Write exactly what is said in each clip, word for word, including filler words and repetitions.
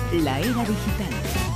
La era digital.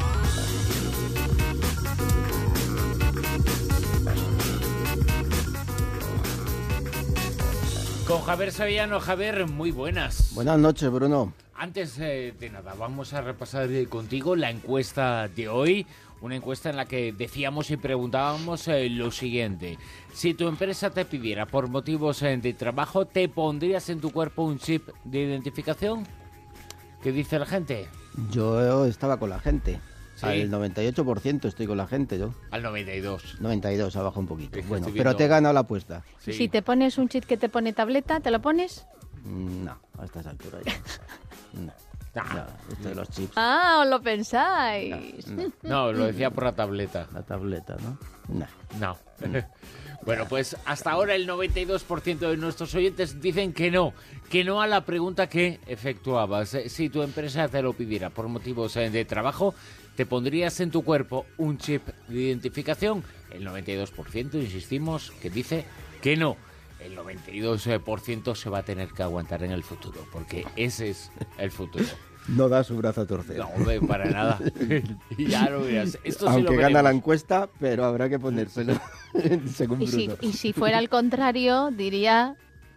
Con Javier Sevillano. Javier, muy buenas. Buenas noches, Bruno. Antes eh, de nada, vamos a repasar contigo la encuesta de hoy. Una encuesta en la que decíamos y preguntábamos eh, lo siguiente. Si tu empresa te pidiera por motivos eh, de trabajo, ¿te pondrías en tu cuerpo un chip de identificación? ¿Qué dice la gente? Yo estaba con la gente. ¿Sí? Al noventa y ocho por ciento estoy con la gente, yo. Al noventa y dos. noventa y dos, abajo un poquito. Es que Bueno, estoy pero viendo- te he ganado la apuesta. Sí. Si te pones un chip que te pone tableta, ¿te lo pones? Mm, No, a estas alturas ya. No, Ah. no, esto de los chips. Ah, os lo pensáis. No, No, lo decía por la tableta. la tableta, ¿no? No. No. Bueno, pues hasta ahora el noventa y dos por ciento de nuestros oyentes dicen que no, que no a la pregunta que efectuabas. Eh, Si tu empresa te lo pidiera por motivos eh, de trabajo, ¿te pondrías en tu cuerpo un chip de identificación? El noventa y dos por ciento, insistimos, que dice que no. El noventa y dos por ciento se va a tener que aguantar en el futuro, porque ese es el futuro. No da su brazo a torcer. No, hombre, para nada. Y ya lo verás. Esto sí Aunque lo gana la veremos. encuesta, pero habrá que ponérselo, según Y si, Bruno. y si fuera al contrario, diría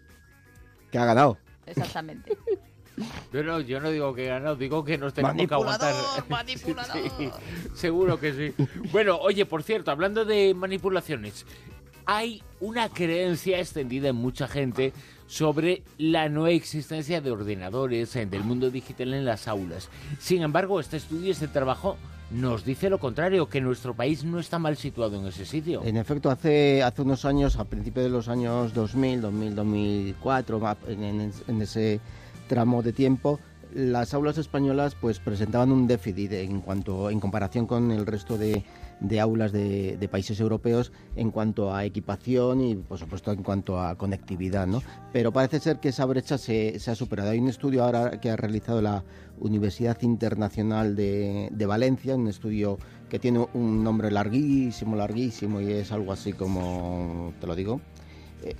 Que ha ganado. exactamente. Pero yo no digo que ganado, digo que nos tenemos que aguantar. ¡Manipulador! Sí, seguro que sí. Bueno, oye, por cierto, hablando de manipulaciones, hay una creencia extendida en mucha gente sobre la no existencia de ordenadores en del mundo digital en las aulas. Sin embargo, este estudio, este trabajo, nos dice lo contrario, que nuestro país no está mal situado en ese sitio. En efecto, hace hace unos años, a principios de los años dos mil, dos mil, dos mil cuatro, va, en, en- en ese tramo de tiempo, las aulas españolas pues presentaban un déficit en cuanto en comparación con el resto de, de aulas de, de países europeos en cuanto a equipación y por supuesto en cuanto a conectividad, ¿no? Pero parece ser que esa brecha se, se ha superado. Hay un estudio ahora que ha realizado la Universidad Internacional de, de Valencia, un estudio que tiene un nombre larguísimo, larguísimo y es algo así como, te lo digo, eh,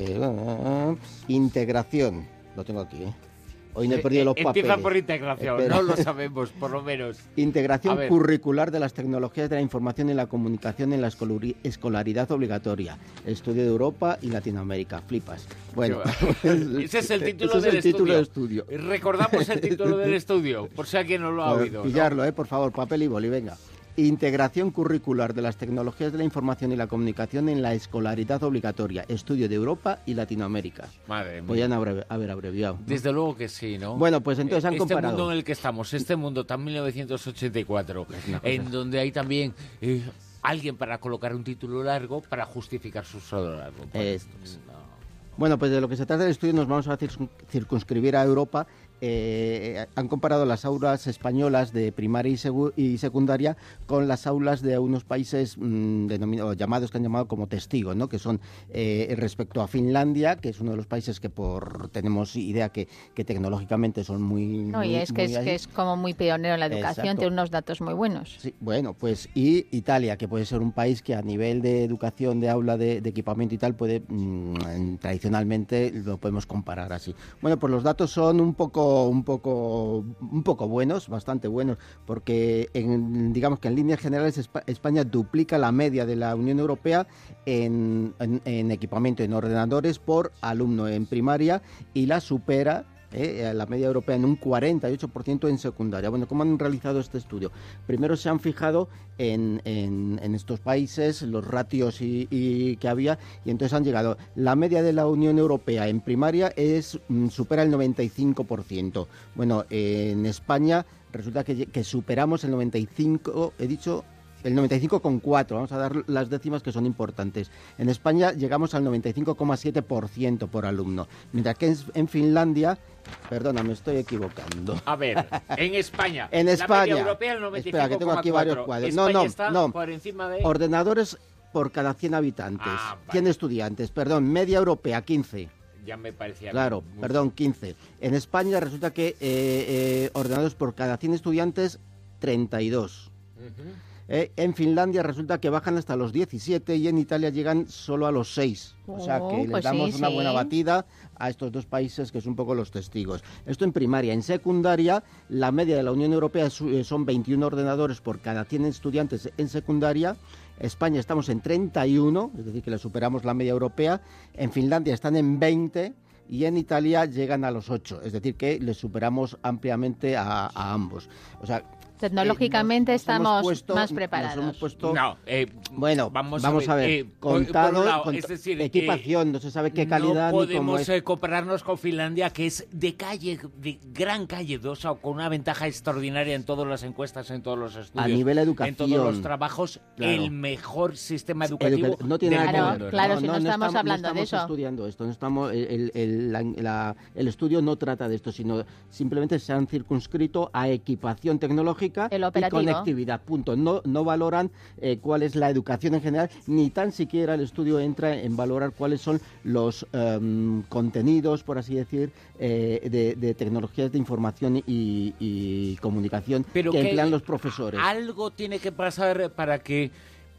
eh, integración, lo tengo aquí, ¿eh? Hoy no he perdido los papeles. Empieza por integración, Espera. no lo sabemos, por lo menos. A Integración ver. curricular de las tecnologías de la información y la comunicación en la escolari- escolaridad obligatoria. Estudio de Europa y Latinoamérica. Flipas. Bueno, Ese es el título ese es del el título estudio. del estudio. Recordamos el título del estudio, por si alguien no lo ha Bueno, oído. ¿no? pillarlo, eh, por favor, papel y boli, venga. Integración curricular de las tecnologías de la información y la comunicación en la escolaridad obligatoria. Estudio de Europa y Latinoamérica. Madre mía. Podrían haber, haber abreviado, ¿no? Desde luego que sí, ¿no? Bueno, pues entonces han este comparado. mundo en el que estamos, este mundo tan mil novecientos ochenta y cuatro, Es una cosa. en donde hay también eh, alguien para colocar un título largo para justificar su solo largo. Pues, Esto no. Bueno, pues de lo que se trata del estudio nos vamos a circun- circunscribir a Europa. Eh, han comparado las aulas españolas de primaria y, segu- y secundaria con las aulas de unos países mmm, denominados, llamados, que han llamado como testigos, ¿no? Que son eh, respecto a Finlandia, que es uno de los países que por tenemos idea que, que tecnológicamente son muy... No, y muy- es que, muy es ahí. que es como muy pionero en la educación, Exacto. tiene unos datos muy buenos. Sí, bueno, pues y Italia, que puede ser un país que a nivel de educación, de aula, de, de equipamiento y tal, puede mmm, tradicionalmente lo podemos comparar así. Bueno, pues los datos son un poco, un poco, un poco buenos, bastante buenos, porque en, digamos que en líneas generales Espa- España duplica la media de la Unión Europea en, en, en equipamiento, en ordenadores por alumno en primaria y la supera. Eh, la media europea en un cuarenta y ocho por ciento en secundaria. Bueno, ¿cómo han realizado este estudio? Primero se han fijado en, en, en estos países, los ratios y, y que había, y entonces han llegado. La media de la Unión Europea en primaria es mm, supera el noventa y cinco por ciento. Bueno, eh, en España resulta que, que superamos el noventa y cinco, he dicho... El noventa y cinco coma cuatro, vamos a dar las décimas que son importantes. En España llegamos al noventa y cinco coma siete por ciento por alumno, mientras que en, en Finlandia, perdona, me estoy equivocando. A ver, en España. En la España. media europea el noventa y cinco Espera, que tengo aquí coma cuatro. varios cuadros. España No, no, está no. por encima de... Ordenadores por cada cien habitantes, Ah, vale. cien estudiantes, perdón, media europea, quince. Ya me parecía... Claro, mucho. perdón, quince. En España resulta que eh, eh, ordenadores por cada cien estudiantes, treinta y dos. Ujú. Eh, en Finlandia resulta que bajan hasta los diecisiete y en Italia llegan solo a los seis. O sea que Oh, les pues damos sí, una sí. buena batida a estos dos países que son un poco los testigos. Esto en primaria. En secundaria, la media de la Unión Europea es- eh, son veintiún ordenadores por cada cien estudiantes en secundaria. España estamos en treinta y uno, es decir, que le superamos la media europea. En Finlandia están en veinte y en Italia llegan a los ocho, es decir, que les superamos ampliamente a, a ambos. O sea, Tecnológicamente eh, nos- nos hemos estamos puesto- más nos preparados. hemos puesto- No, eh, Bueno, vamos, vamos, a ver, eh, por- contado, por un lado, cont- es decir, equipación, eh, no se sabe qué calidad no ni cómo podemos es. eh, compararnos con Finlandia, que es de calle, de gran calle, o sea, con una ventaja extraordinaria en todas las encuestas, en todos los estudios, A nivel en educación, todos los trabajos, claro. el mejor sistema educativo Educa- no tiene del nada que Claro, ver. mundo. claro, si no estamos hablando no de estamos eso. estudiando esto, no estamos, el, el- la- la- el estudio no trata de esto, sino simplemente se han circunscrito a equipación tecnológica El y operativo. conectividad, punto. No, no valoran eh, cuál es la educación en general, ni tan siquiera el estudio entra en valorar cuáles son los em, contenidos, por así decir, eh, de, de tecnologías de información y, y comunicación Pero que que emplean los profesores. Algo tiene que pasar para que,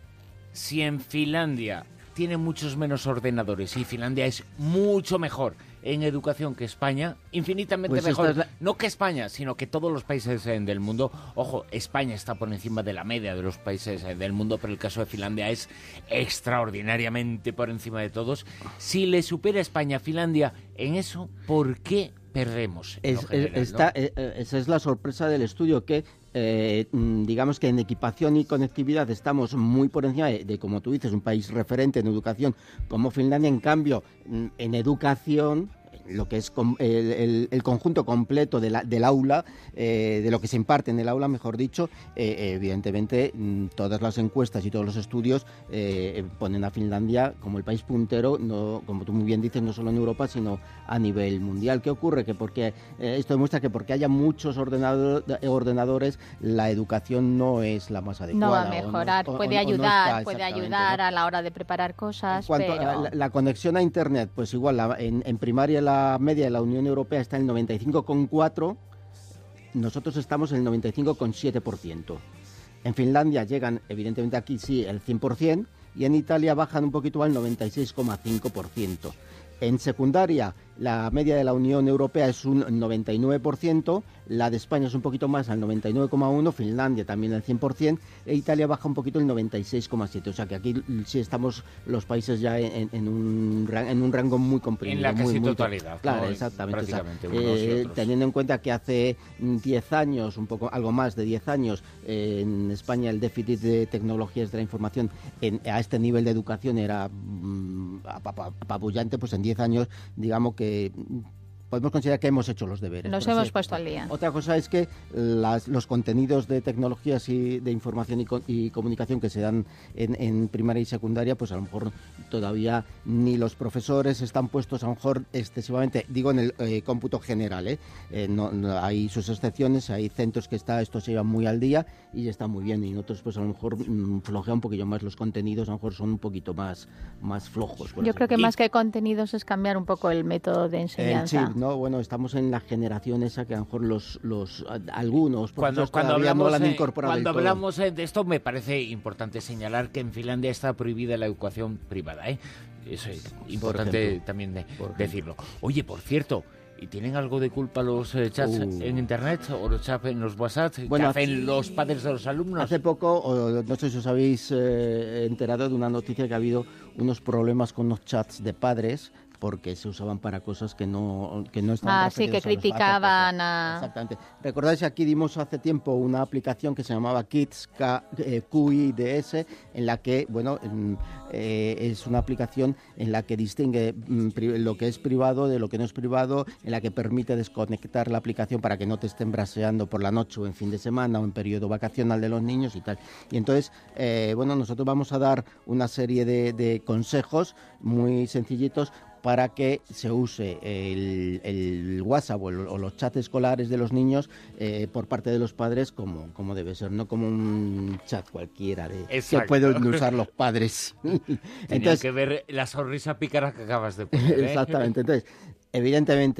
si en Finlandia tiene muchos menos ordenadores y Finlandia es mucho mejor en educación que España, infinitamente Pues mejor, esta es la- no que España, sino que todos los países eh, del mundo. Ojo, España está por encima de la media de los países eh, del mundo, pero el caso de Finlandia es extraordinariamente por encima de todos. Si le supera España a Finlandia en eso, ¿por qué perdemos? en Es- lo general, es- está- ¿no? eh, eh, esa es la sorpresa del estudio, que eh, mm, digamos que en equipación y conectividad estamos muy por encima de, de, como tú dices, un país referente en educación como Finlandia. En cambio, mm, en educación, lo que es com- el, el- el conjunto completo de la- del aula, eh, de lo que se imparte en el aula, mejor dicho, eh, evidentemente mm, todas las encuestas y todos los estudios eh, ponen a Finlandia como el país puntero, no, como tú muy bien dices, no solo en Europa, sino a nivel mundial. ¿Qué ocurre? Que porque eh, esto demuestra que porque haya muchos ordenado- ordenadores, la educación no es la más adecuada. No va a o mejorar, o- puede o no ayudar, está puede exactamente, ayudar ¿no? a la hora de preparar En cosas, cuanto pero... a la, la conexión a Internet, pues igual, la- en, en primaria la media de la Unión Europea está en el noventa y cinco coma cuatro, nosotros estamos en el noventa y cinco coma siete por ciento. En Finlandia llegan, evidentemente aquí sí, el cien por ciento, y en Italia bajan un poquito al noventa y seis coma cinco por ciento. En secundaria, la media de la Unión Europea es un noventa y nueve por ciento, la de España es un poquito más, al noventa y nueve coma uno por ciento, Finlandia también al cien por ciento, e Italia baja un poquito el noventa y seis coma siete por ciento. O sea que aquí sí estamos los países ya en, en un, ran- en un rango muy comprimido. En la muy, casi muy- totalidad, Claro, ¿no? exactamente. o sea, Prácticamente unos y eh, otros. teniendo en cuenta que hace mm, diez años, un poco algo más de diez años, eh, en España el déficit de tecnologías de la información en- a este nivel de educación era mm, apa- apa- apabullante, pues en diez años, digamos que mm, podemos considerar que hemos hecho los deberes. Nos por así hemos decirlo. puesto al día. Otra cosa es que las- los contenidos de tecnologías y de información y, co- y comunicación que se dan en, en primaria y secundaria, pues a lo mejor todavía ni los profesores están puestos a lo mejor excesivamente, digo en el eh, cómputo general, ¿eh? Eh, no- no- hay sus excepciones, hay centros que está, esto se lleva muy al día y está muy bien, y en otros pues a lo mejor mm, flojea un poquillo más los contenidos, a lo mejor son un poquito más, más flojos. por Yo así creo que decirlo. más que contenidos es cambiar un poco el método de El enseñanza. chip, ¿no? Bueno, estamos en la generación esa que a lo mejor los, los a- algunos Cuando, profesores cuando todavía hablamos, no la han eh, incorporado cuando del todo. hablamos eh, de esto, me parece importante señalar que en Finlandia está prohibida la educación privada, ¿eh? Eso es importante ejemplo. también de- Por ejemplo. decirlo. Oye, por cierto, ¿y tienen algo de culpa los eh, chats Uh. en Internet o los chats en los WhatsApp Bueno, que hacen los padres de los alumnos? Hace poco, o no sé si os habéis eh, enterado de una noticia que ha habido unos problemas con los chats de padres porque se usaban para cosas que no que no estaban Ah, sí, que referidos a los- criticaban a... Exactamente. Recordáis que aquí dimos hace tiempo una aplicación que se llamaba Kids K- eh, Q I D S, en la que, bueno, mm, eh, es una aplicación en la que distingue mm, pri- lo que es privado de lo que no es privado, en la que permite desconectar la aplicación para que no te estén braseando por la noche o en fin de semana o en periodo vacacional de los niños y tal. Y entonces, eh, bueno, nosotros vamos a dar una serie de, de consejos muy sencillitos para que se use el, el WhatsApp o, el- o los chats escolares de los niños eh, por parte de los padres como, como debe ser, no como un chat cualquiera de, que Exacto. pueden usar los padres. Tenía Entonces, que ver la sonrisa pícara que acabas de poner, ¿eh? exactamente. Entonces, evidentemente,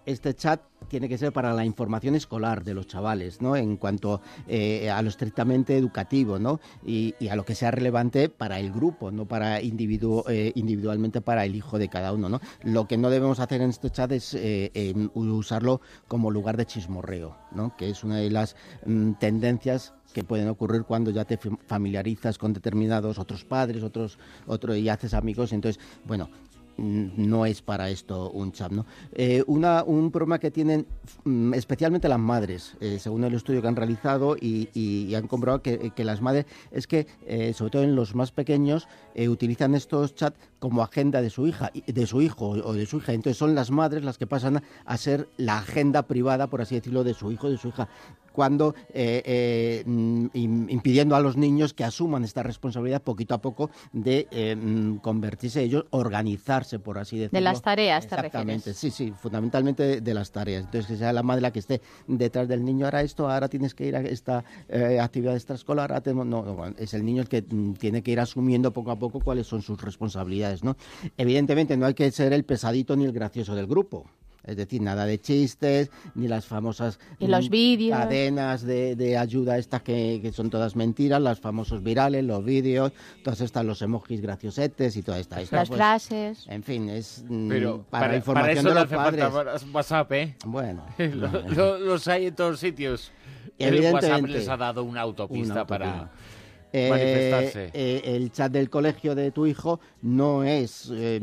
este chat tiene que ser para la información escolar de los chavales, ¿no? En cuanto eh, a lo estrictamente educativo, ¿no? Y, y a lo que sea relevante para el grupo, no para individuo, eh, individualmente para el hijo de cada uno, ¿no? Lo que no debemos hacer en este chat es eh, eh, usarlo como lugar de chismorreo, ¿no? Que es una de las mm, tendencias que pueden ocurrir cuando ya te familiarizas con determinados otros padres, otros, otro, y haces amigos. Entonces, bueno, no es para esto un chat, ¿no? Eh, una, un problema que tienen mm, especialmente las madres, eh, según el estudio que han realizado y, y, y han comprobado que, que las madres, es que, eh, sobre todo en los más pequeños, eh, utilizan estos chats como agenda de su hija, de su hijo o de su hija. Entonces son las madres las que pasan a ser la agenda privada, por así decirlo, de su hijo o de su hija, cuando eh, eh, impidiendo a los niños que asuman esta responsabilidad poquito a poco de eh, convertirse ellos, organizarse, por así decirlo. De las tareas, ¿te Exactamente, refieres? sí, sí, fundamentalmente de, de las tareas. Entonces, que sea la madre la que esté detrás del niño, ahora esto, ahora tienes que ir a esta eh, actividad extraescolar, ahora tenemos... no, no, es el niño el que mm, tiene que ir asumiendo poco a poco cuáles son sus responsabilidades, ¿no? Evidentemente no hay que ser el pesadito ni el gracioso del grupo. Es decir, nada de chistes, ni las famosas y los vídeos, cadenas de, de ayuda estas que, que son todas mentiras, los famosos virales, los vídeos, todas estas, los emojis graciosetes y toda esta. esta las pues, frases. En fin, es Pero para, para la información para eso de no los hace padres. falta WhatsApp, ¿eh? Bueno. lo, bueno. lo, los hay en todos sitios. El WhatsApp les ha dado una autopista, una autopista. para... Eh, manifestarse. Eh, el chat del colegio de tu hijo no es eh,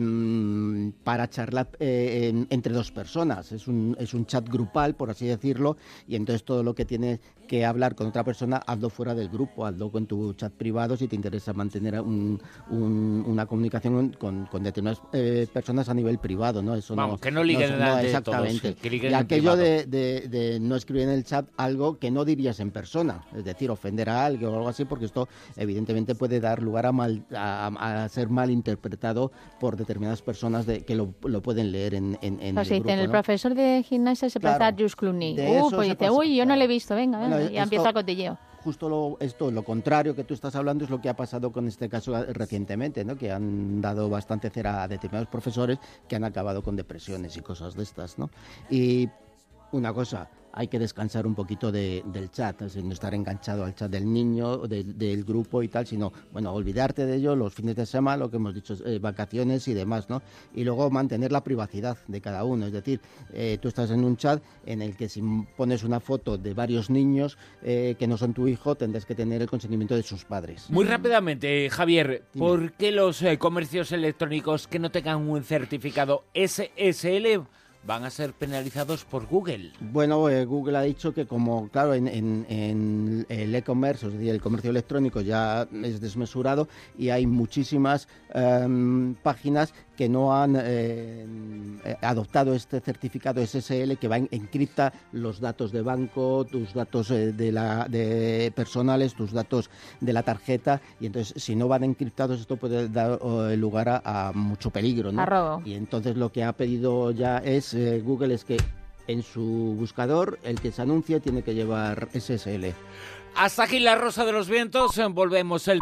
para charlar eh, en, entre dos personas, es un, es un chat grupal, por así decirlo, y entonces todo lo que tienes que hablar con otra persona, hazlo fuera del grupo, hazlo con tu chat privado si te interesa mantener un, un, una comunicación con, con determinadas eh, personas a nivel privado, ¿no? Eso Vamos, no, que no liguen no, delante no, de exactamente. todos, que liguen y en aquello privado. de, de, de no escribir en el chat algo que no dirías en persona, es decir, ofender a alguien o algo así, porque esto evidentemente puede dar lugar a, mal, a, a ser mal interpretado por determinadas personas de, que lo, lo pueden leer en, en, en Pues el dicen, grupo, el ¿no? profesor de gimnasia se Claro, parece a George Clooney. de Uh, eso pues se dice, pasa, uy, yo no claro. lo he visto, venga, venga, Bueno, ya esto- empieza el cotilleo. Justo lo, esto, lo contrario que tú estás hablando es lo que ha pasado con este caso recientemente, ¿no? Que han dado bastante cera a determinados profesores que han acabado con depresiones y cosas de estas, ¿no? Y una cosa, hay que descansar un poquito de, del chat, es decir, no estar enganchado al chat del niño, de, del grupo y tal, sino, bueno, olvidarte de ello los fines de semana, lo que hemos dicho, eh, vacaciones y demás, ¿no? Y luego mantener la privacidad de cada uno, es decir, eh, tú estás en un chat en el que si pones una foto de varios niños eh, que no son tu hijo, tendrás que tener el consentimiento de sus padres. Muy rápidamente, Javier, ¿por qué los eh, comercios electrónicos que no tengan un certificado S S L van a ser penalizados por Google? Bueno, eh, Google ha dicho que como, claro, en, en, en el e-commerce, es decir, el comercio electrónico ya es desmesurado y hay muchísimas eh, páginas que no han eh, adoptado este certificado S S L que va en, encripta los datos de banco, tus datos eh, de la de personales, tus datos de la tarjeta, y entonces si no van encriptados esto puede dar eh, lugar a, a mucho peligro, ¿no? A robo. Y entonces lo que ha pedido ya es eh, Google es que en su buscador el que se anuncie tiene que llevar S S L. Hasta aquí la Rosa de los Vientos, volvemos el